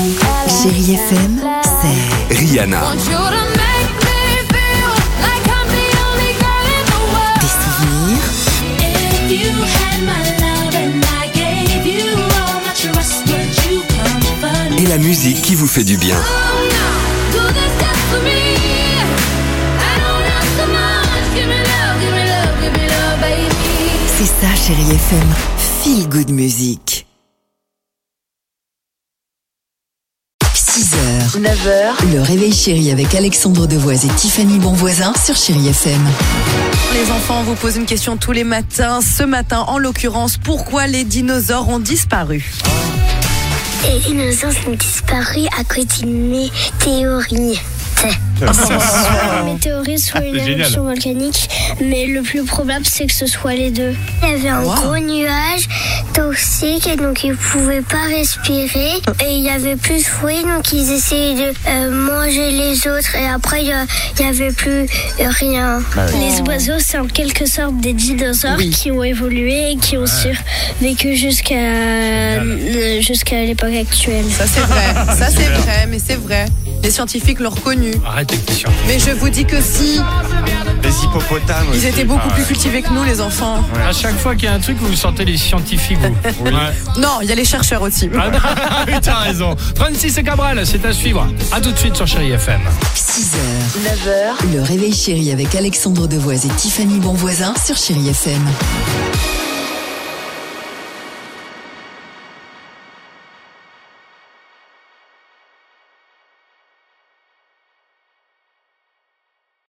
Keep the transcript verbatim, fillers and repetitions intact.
Chérie F M, c'est Rihanna. des souvenirs, Et la musique qui vous fait du bien. c'est ça Chérie F M, Feel Good Music. six heures, neuf heures, le réveil chéri avec Alexandre Devoise et Tiffany Bonvoisin sur Chérie F M. Les enfants, on vous pose une question tous les matins. Ce matin, en l'occurrence, pourquoi les dinosaures ont disparu ? Les dinosaures sont disparus à cause d'une météorite. Soit une météorite, soit une éruption volcanique, mais le plus probable c'est que ce soit les deux. Il y avait un wow. gros nuage toxique et donc ils ne pouvaient pas respirer et il y avait plus de fruits donc ils essayaient de euh, manger les autres et après il n'y avait plus rien. Bah oui. Les oiseaux c'est en quelque sorte des dinosaures oui. qui ont évolué et qui ont ouais. survécu jusqu'à, euh, jusqu'à l'époque actuelle. Ça c'est vrai, ça c'est vrai, mais c'est vrai. Les scientifiques l'ont reconnu. Arrête avec les scientifiques. Mais je vous dis que si. Les hippopotames. Ils aussi. étaient beaucoup ah, plus ouais. cultivés que nous, les enfants. Ouais. À chaque fois qu'il y a un truc, vous sortez les scientifiques. Vous. Oui. Ouais. Non, il y a les chercheurs aussi. Ah, oui, t'as raison. Francis et Cabrel, c'est à suivre. À tout de suite sur Chérie F M. six heures, neuf heures, le réveil chéri avec Alexandre Devoise et Tiffany Bonvoisin sur Chérie F M.